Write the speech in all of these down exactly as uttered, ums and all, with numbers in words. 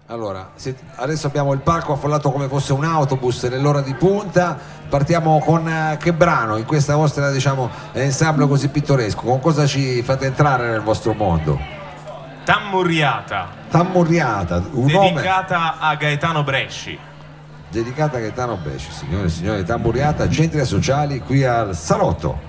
Allora, se, adesso abbiamo il palco affollato come fosse un autobus nell'ora di punta. Partiamo con uh, che brano in questa vostra, diciamo, ensemble così pittoresco? Con cosa ci fate entrare nel vostro mondo? Tammurriata. Tammurriata, un dedicata nome... a Gaetano Bresci. Dedicata a Gaetano Bresci, signore e signori. Tammurriata, centri sociali qui al Salotto.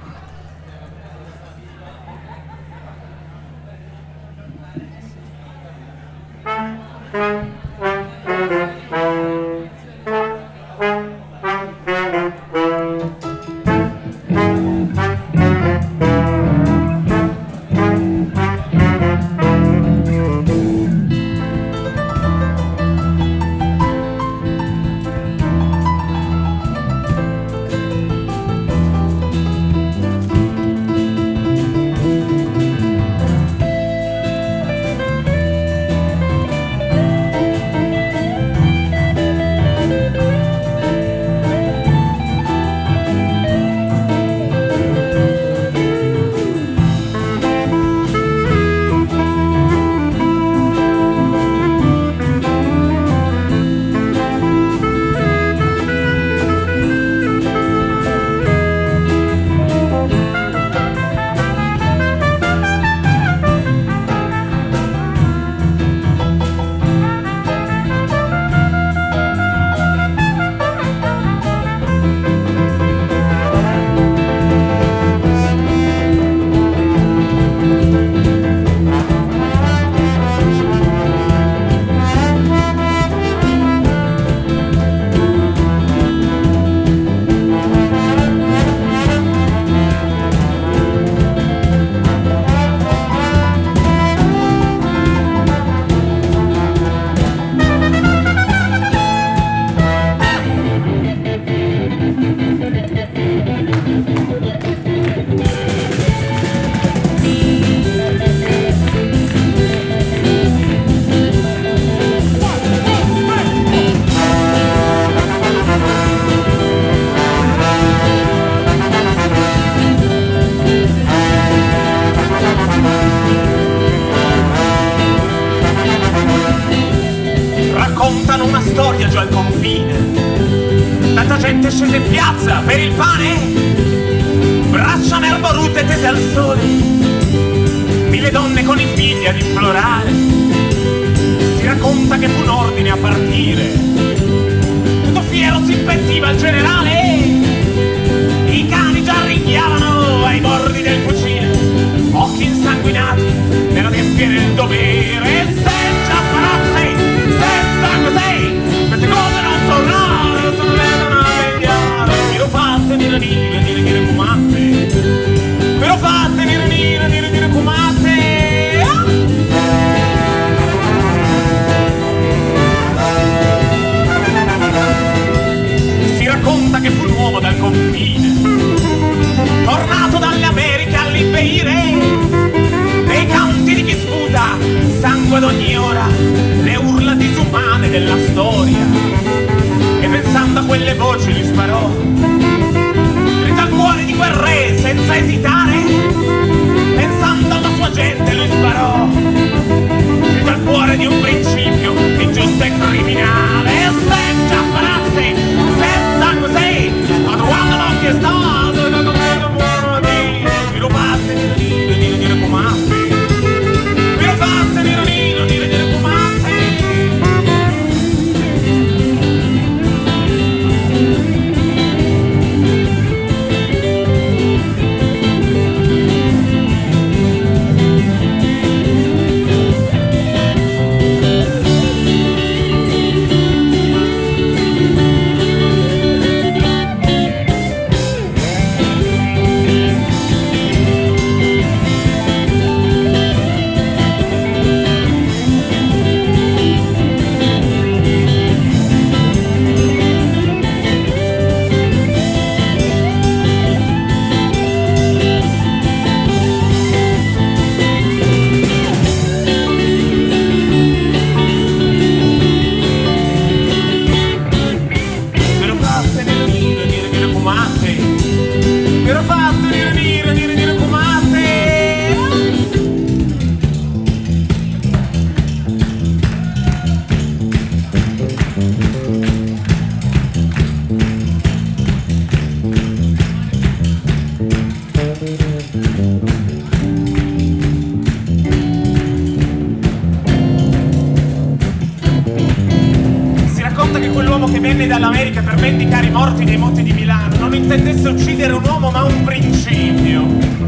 che venne dall'America per vendicare i morti dei motti di Milano non intendesse uccidere un uomo ma un principio.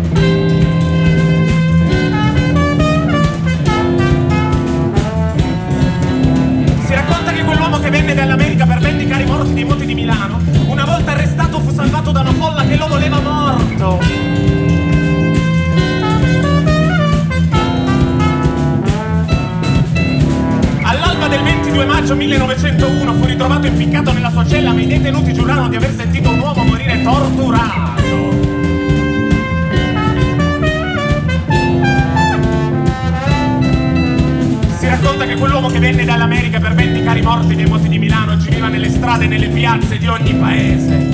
Si racconta che quell'uomo che venne dall'America per vendicare i morti dei motti di Milano, una volta arrestato fu salvato da una folla che lo voleva morto. All'alba del ventidue maggio millenovecentouno fu ritrovato impiccato nella sua cella, ma i detenuti giurarono di aver sentito un uomo morire torturato. Si racconta che quell'uomo che venne dall'America per vendicare i morti dei motti di Milano giriva nelle strade e nelle piazze di ogni paese.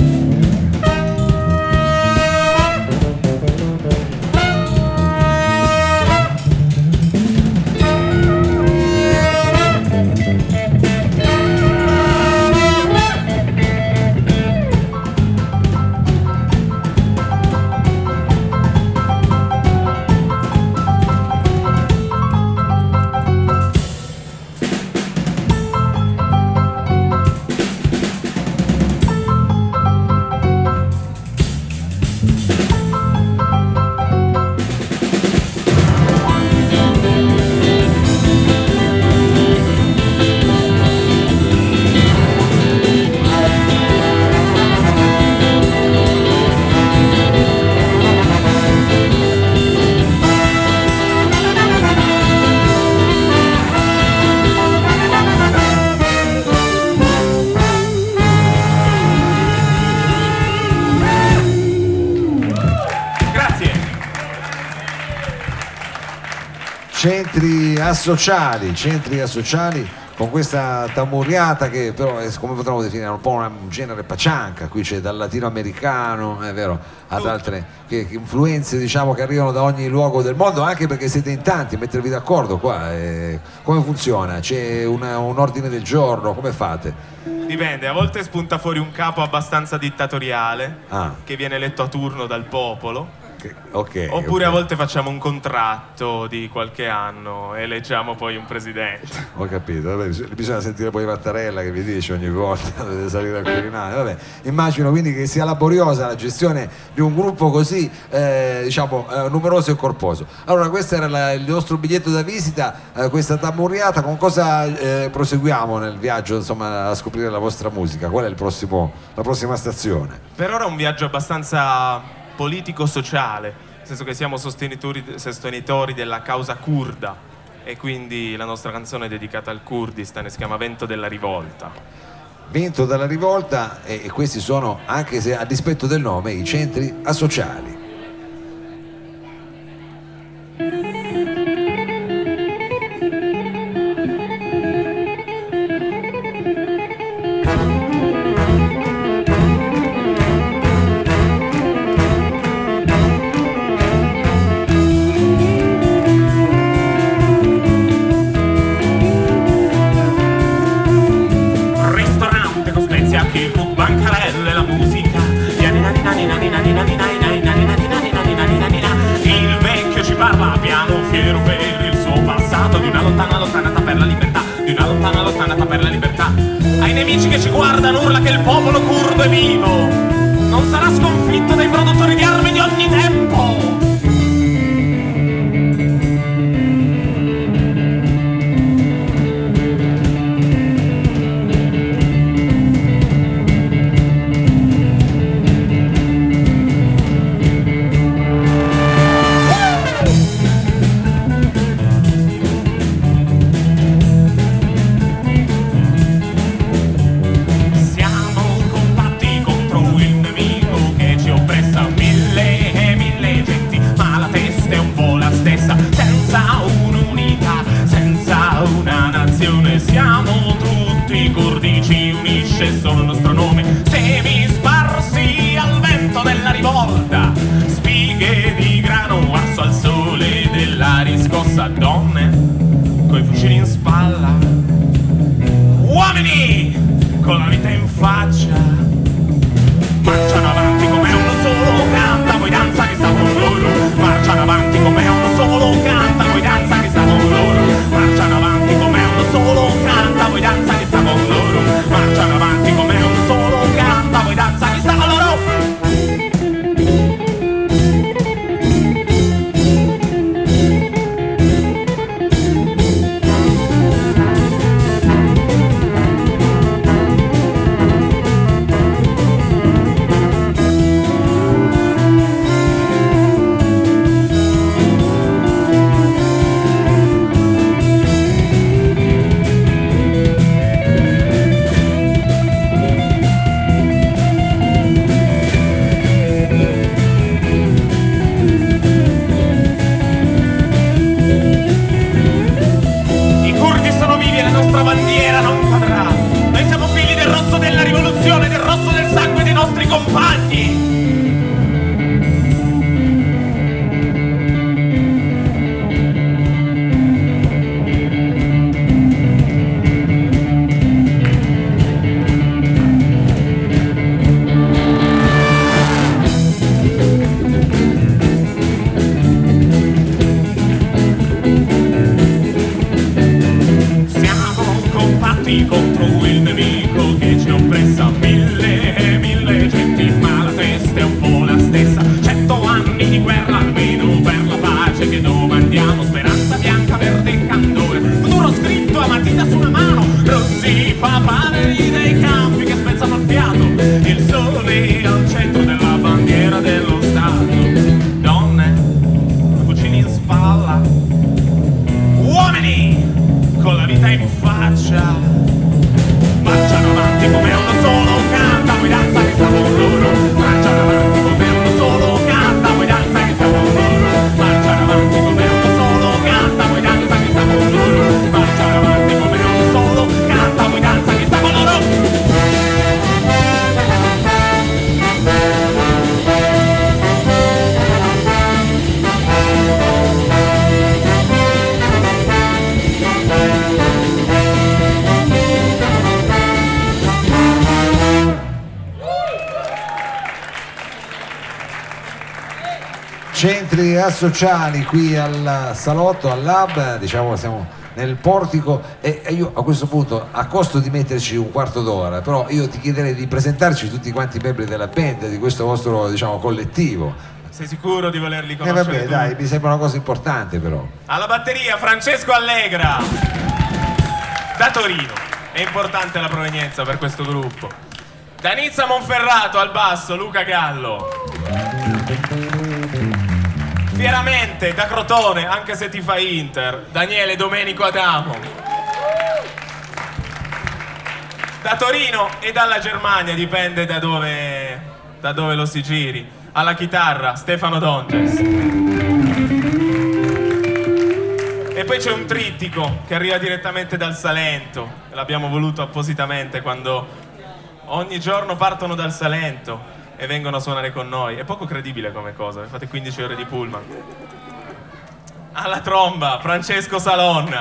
Centri asociali, centri asociali con questa tamurriata che però è, come potremmo definire, un po' una, un genere paccianca. Qui c'è dal latinoamericano, è vero, ad altre che, che influenze, diciamo, che arrivano da ogni luogo del mondo, anche perché siete in tanti, mettervi d'accordo qua, eh, come funziona? C'è una, un ordine del giorno, come fate? Dipende, a volte spunta fuori un capo abbastanza dittatoriale ah. che viene eletto a turno dal popolo. Okay, Oppure okay. a volte facciamo un contratto di qualche anno e eleggiamo poi un presidente. Ho capito, vabbè, bisogna sentire poi Mattarella che vi dice ogni volta dovete salire al Quirinale. Vabbè, immagino quindi che sia laboriosa la gestione di un gruppo così eh, diciamo eh, numeroso e corposo. Allora, questo era la, il nostro biglietto da visita, eh, questa tamurriata. Con cosa eh, proseguiamo nel viaggio, insomma, a scoprire la vostra musica? Qual è il prossimo, la prossima stazione? Per ora è un viaggio abbastanza politico-sociale, nel senso che siamo sostenitori, sostenitori della causa curda, e quindi la nostra canzone è dedicata al Kurdistan e si chiama Vento della rivolta. Vento della rivolta, e, e questi sono, anche se a dispetto del nome, i centri asociali. Bancarelle, la musica, il vecchio ci parla piano fiero per il suo passato, di una lontana lontanata per la libertà, di una lontana lontanata per la libertà. Ai nemici che ci guardano urla che il popolo curdo è vivo, non sarà sconfitto dai produttori di armi di ogni tempo. Siamo tutti curdi, ci unisce solo il nostro nome, semi sparsi al vento della rivolta, spighe di grano, arso al sole della riscossa, donne coi fucili in spalla, uomini con la vita in faccia, marciano avanti come uno solo, canta, poi danza che sta con loro, marciano avanti come uno solo, canta, poi danza che sta con loro, marciano avanti come uno solo, canta, poi danza che sta con loro, marciano avanti bandiera non cadrà. Noi siamo figli del rosso della rivoluzione, del rosso del sangue dei nostri compagni. Contro il nemico che ci oppressa, mille, mille genti malateste, un po' la stessa. Cento anni di guerra almeno per la pace che domandiamo, speranza bianca, verde e candore, futuro scritto a matita su una mano, rossi papaveri dei campi che spezzano il fiato, il sole al centro della bandiera dello Stato. Donne, fucili in spalla, uomini con la vita in faccia, marciano avanti come uno solo, canta, poi danza che siamo loro. Marciano avanti come uno solo, canta, poi danza che siamo loro. Marciano avanti come uno solo, canta, poi danza che siamo loro. Marciano avanti come uno solo, canta, poi danza che siamo loro. Centri associali qui al salotto, al lab, diciamo siamo nel portico e io a questo punto, a costo di metterci un quarto d'ora, però io ti chiederei di presentarci tutti quanti i membri della band, di questo vostro, diciamo, collettivo. Sei sicuro di volerli Eh conoscere? vabbè, tu? dai, mi sembra una cosa importante però. Alla batteria Francesco Allegra, da Torino. È importante la provenienza per questo gruppo. Da Nizza Monferrato al basso Luca Gallo. Fieramente da Crotone, anche se ti fa Inter, Daniele Domenico Adamo. Da Torino e dalla Germania, dipende da dove, da dove lo si giri. Alla chitarra Stefano Donges. E poi c'è un trittico che arriva direttamente dal Salento, l'abbiamo voluto appositamente quando ogni giorno partono dal Salento e vengono a suonare con noi. È poco credibile come cosa, fate quindici ore di pullman. Alla tromba Francesco Salonna,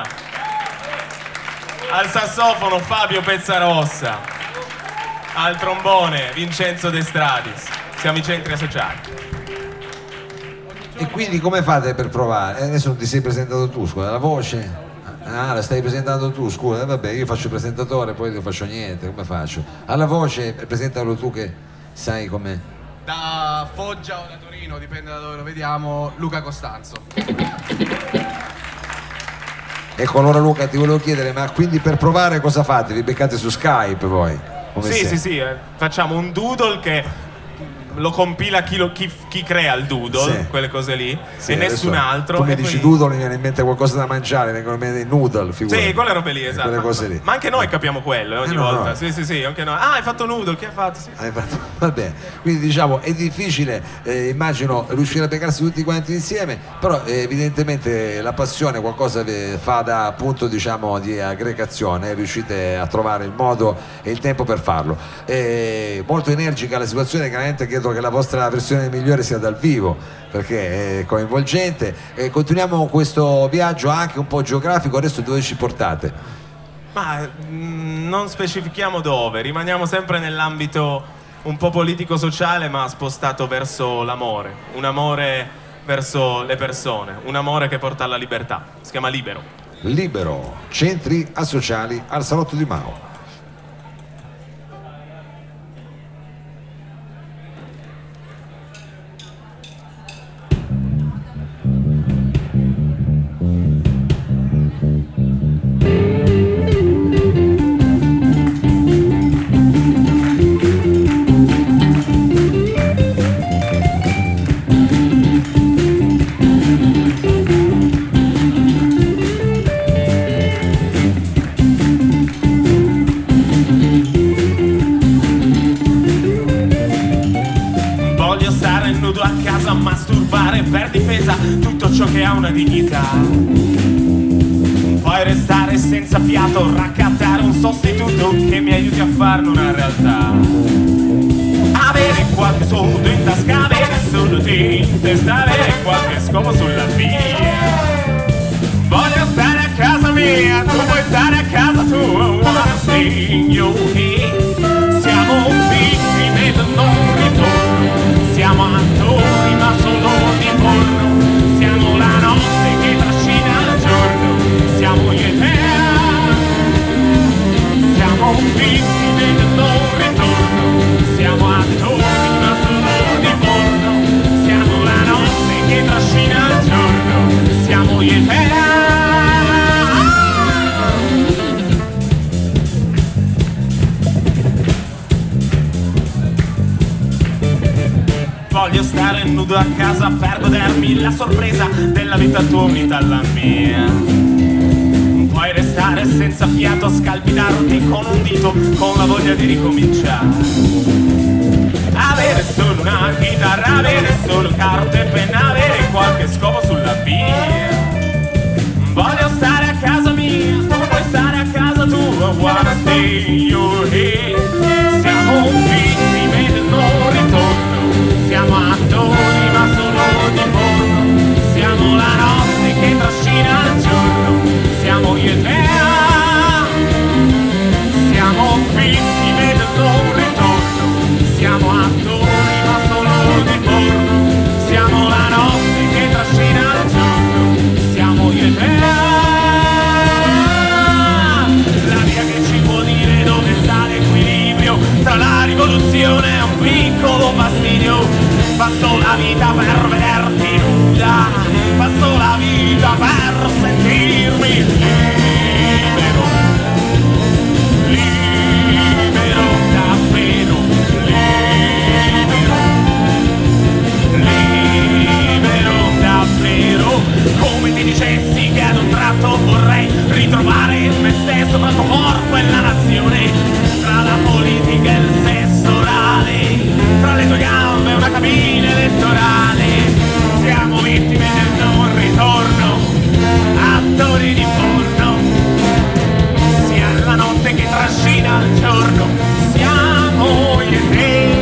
al sassofono Fabio Pezzarossa, al trombone Vincenzo De Stradis. Siamo i centri associati. E quindi come fate per provare? Adesso non ti sei presentato tu, scusa, la voce? Ah, la stai presentando tu, scusa, eh, vabbè, io faccio il presentatore, poi non faccio niente, come faccio? Alla voce, presentalo tu che sai com'è. Da Foggia o da Torino, dipende da dove lo vediamo, Luca Costanzo. Ecco, allora Luca ti volevo chiedere, ma quindi per provare cosa fate? Vi beccate su Skype poi? Come Sì, sei? sì, sì, eh, facciamo un doodle che lo compila chi, lo, chi, chi crea il doodle, Sì. quelle cose lì, Sì, e nessun adesso altro. Tu mi e dici poi... doodle, mi viene in mente qualcosa da mangiare, vengono in mente i noodle, figurati. Sì, quelle robe lì, esatto. Quelle Ma, cose lì. ma anche noi capiamo quello eh, ogni Eh, no, volta. no. Sì, sì, sì, anche noi. Ah, hai fatto noodle, che hai fatto? Sì. Hai fatto- Vabbè, quindi diciamo è difficile, eh, immagino, riuscire a beccarsi tutti quanti insieme, però eh, evidentemente la passione qualcosa vi fa da punto, diciamo, di aggregazione, riuscite a trovare il modo e il tempo per farlo. Eh, molto energica la situazione, chiaramente credo che la vostra versione migliore sia dal vivo, perché è coinvolgente. Eh, continuiamo questo viaggio anche un po' geografico, adesso dove ci portate? Ma mm, non specifichiamo dove, rimaniamo sempre nell'ambito un po' politico-sociale, ma spostato verso l'amore, un amore verso le persone, un amore che porta alla libertà, si chiama Libero. Libero, centri associali al salotto di Mao. Per difesa tutto ciò che ha una dignità. Puoi restare senza fiato, raccattare a farne una realtà. Avere qualche soldo in tasca, avere solo te in testa, avere qualche scopo sulla via. Voglio stare a casa mia, tu vuoi stare a casa tua. Wanna stay in your head. Siamo vittime del non ritorno, siamo attori ma solo di porno. Siamo la notte che trascina il giorno, siamo io e te. Siamo vittime del non ritorno, siamo attori ma solo di porno. Siamo la notte che trascina il giorno, siamo io e te. Voglio stare nudo a casa per godermi la sorpresa della vita tua unita alla mia. Puoi restare senza fiato, scalpitarti con un dito, con la voglia di ricominciare. Avere solo una chitarra, avere solo carta e penna, avere qualche scopo sulla via. Voglio stare a casa mia, tu vuoi stare a casa tua. Wanna stay in your head. Siamo vittime del non ritorno, siamo attori ma solo di porno. Siamo la notte che trascina il giorno, siamo io e te. Siamo vittime del non ritorno, siamo attori ma solo di porno. Siamo la notte che trascina il giorno, siamo io e te. La via che ci può dire dove sta l'equilibrio tra la rivoluzione e un piccolo fastidio. Passo la vita per vederti nuda, passo la vita per sentirmi libero, libero davvero, libero, libero davvero. Come ti dicessi che ad un tratto vorrei ritrovare me stesso tra il tuo corpo e la nazione, tra la politica e il sesso orale, tra le tue gambe una cabina elettorale. Siamo vittime del non ritorno, attori di porno. Sia la notte che trascina il giorno, siamo io e te.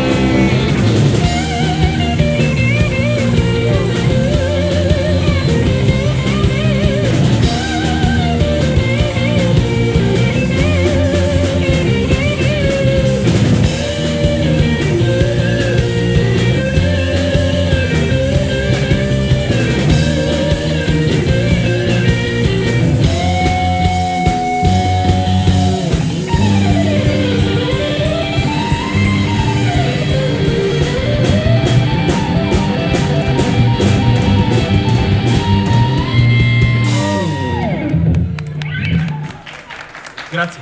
Grazie.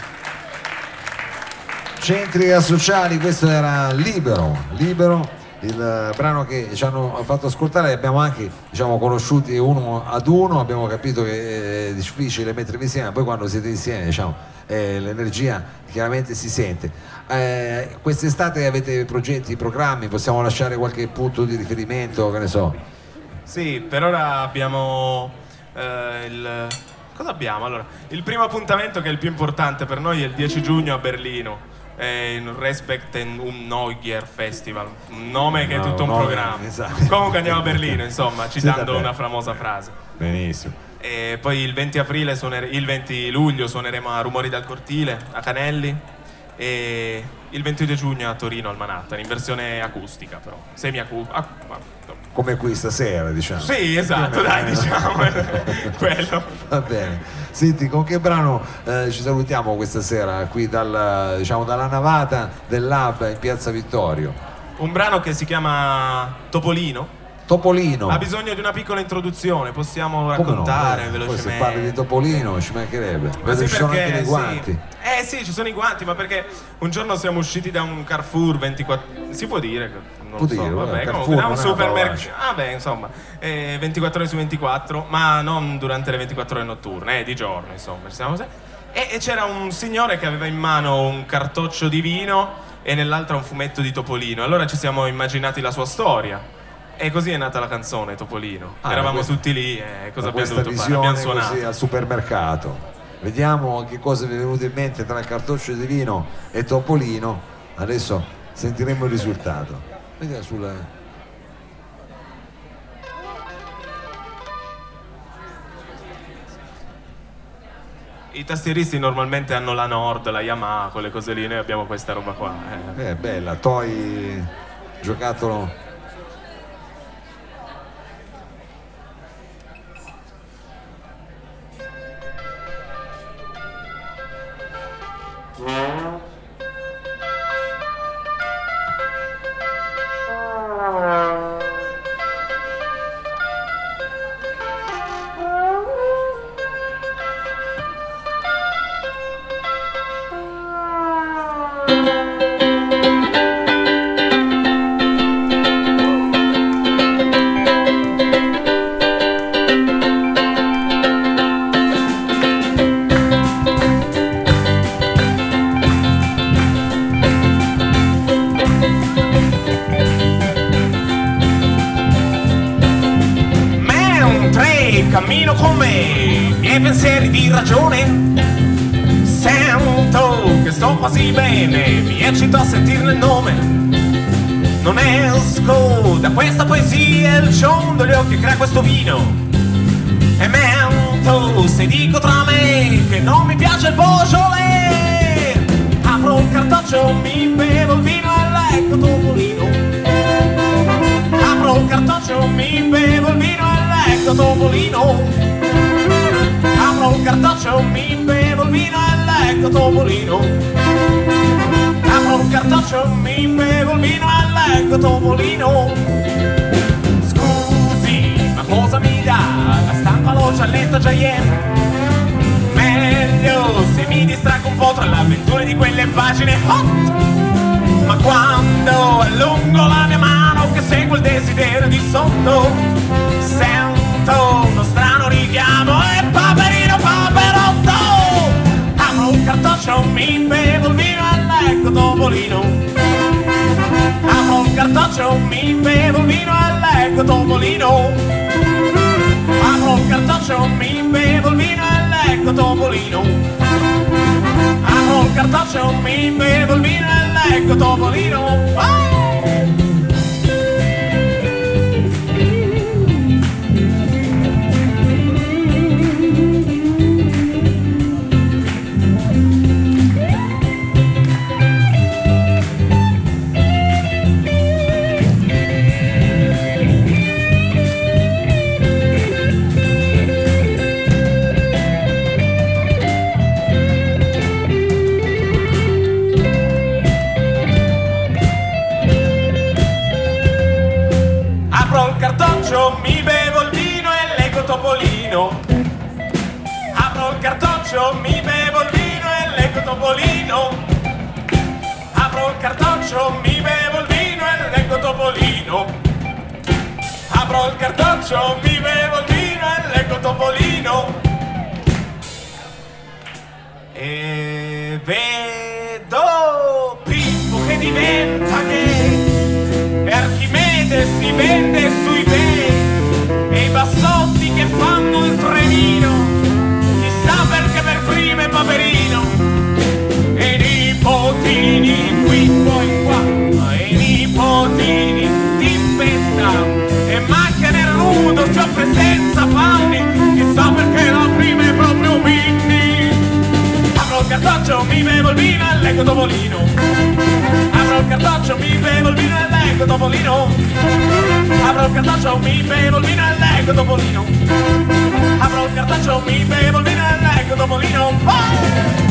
Centri Asociali, questo era Libero, Libero, il uh, brano che ci hanno fatto ascoltare. Abbiamo anche, diciamo, conosciuti uno ad uno, abbiamo capito che è difficile mettervi insieme, poi quando siete insieme, diciamo, eh, l'energia chiaramente si sente. Eh, quest'estate avete progetti, programmi, possiamo lasciare qualche punto di riferimento, che ne so? Sì, per ora abbiamo eh, il... Cosa abbiamo? Allora, il primo appuntamento, che è il più importante per noi, è il dieci giugno a Berlino, è il Respect and um Neugier Festival, un nome che è tutto no, un no, programma. Esatto. Comunque andiamo a Berlino, insomma, citando una famosa frase. Benissimo. E poi il venti aprile, suonere... il venti luglio suoneremo a Rumori dal Cortile, a Canelli, e il ventidue giugno a Torino, al Manhattan, in versione acustica però, semi-acustica. Come qui stasera, diciamo. Sì, esatto, dai, diciamo, quello. Va bene. Senti, con che brano eh, ci salutiamo questa sera qui dal, diciamo, dalla navata del Lab in Piazza Vittorio? Un brano che si chiama Topolino. Topolino. Ha bisogno di una piccola introduzione, possiamo Come raccontare no? eh, velocemente. Poi se parli di Topolino ci mancherebbe. Ma Vedo sì, ci sono perché, anche dei sì. guanti. Eh sì, ci sono i guanti, ma perché un giorno siamo usciti da un Carrefour ventiquattro... Si può dire? Non Può lo so, dire, vabbè, Carrefour comunque da un non è una supermercato. parolaccia. Ah beh, insomma, eh, ventiquattro ore su ventiquattro, ma non durante le ventiquattro ore notturne, eh, di giorno, insomma. Ci siamo... E, e c'era un signore che aveva in mano un cartoccio di vino e nell'altro un fumetto di Topolino. Allora ci siamo immaginati la sua storia. E così è nata la canzone Topolino. Ah, Eravamo questa, tutti lì e cosa abbiamo questa dovuto fare? visione Abbiamo suonato. così al supermercato. vediamo che cosa vi è venuto in mente tra cartoccio di vino e Topolino. Adesso sentiremo il risultato. Vediamo sulla... I tastieristi normalmente hanno la Nord, la Yamaha, quelle cose lì, noi abbiamo questa roba qua. Eh. È bella, Toy giocattolo. Cammino con me, i miei pensieri di ragione. Sento che sto quasi bene, mi eccito a sentirne il nome. Non esco da questa poesia, il ciondo gli occhi crea questo vino. E mento se dico tra me che non mi piace il Beaujolais. Apro il cartoccio, mi bevo il vino e leggo Topolino. Apro il cartoccio, mi bevo il vino e leggo Topolino. Apro il cartoccio, mi bevo il vino e leggo Topolino. Apro il cartoccio, mi bevo il vino e leggo Topolino. Scusi, ma cosa mi dà la stampa, lo gialletto Giant? Meglio se mi distraggo un po' tra le avventure di quelle pagine hot. Ma quando allungo la mia mano che segue il desiderio di sotto, sento uno strano richiamo e Paperino Paperotto. Apro un cartoccio, mi bevo il vino e leggo Topolino. Apro un cartoccio, mi bevo il vino e leggo Topolino. Apro un cartoccio, mi bevo il vino e leggo Topolino. Apro un cartoccio, mi bevo il vino e leggo Topolino. Oh! Mi bevo il vino e leggo Topolino. Apro il cartoccio, mi bevo il vino e leggo Topolino. Apro il cartoccio, mi bevo il vino e leggo Topolino. Apro il cartoccio, mi bevo il vino e leggo Topolino. E vedo Pippo che diventa gay e Archimede si vende sui bei e i bassotti che fanno il trenino, chissà perché per prima è Paperino. E i nipotini qui poi qua, e i nipotini di festa e macchia nel nudo si offre senza panni, chissà perché la prima è proprio Minnie. Apro il cartoccio, mi bevo il vino e leggo Topolino. Apro il cartoccio, mi bevo il vino e leggo Topolino. Apro il cartoccio, mi bevo il vino e leggo Topolino. Apro il cartoccio, mi bevo il vino e leggo Topolino. Oh!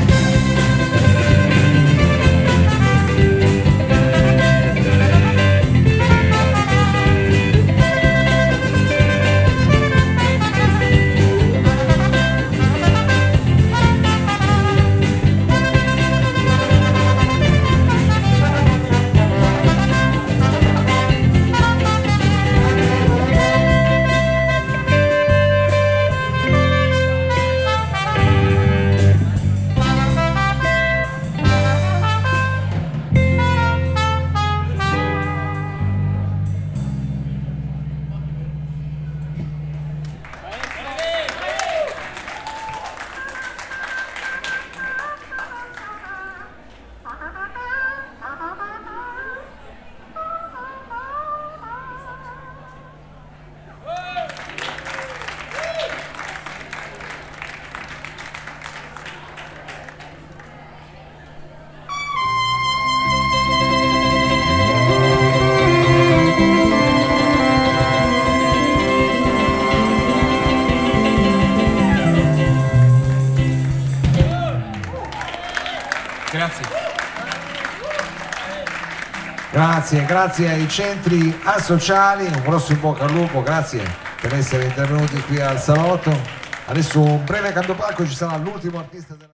Grazie, grazie ai centri asociali, un grosso in bocca al lupo, grazie per essere intervenuti qui al salotto. Adesso un breve cambio palco, ci sarà l'ultimo artista della...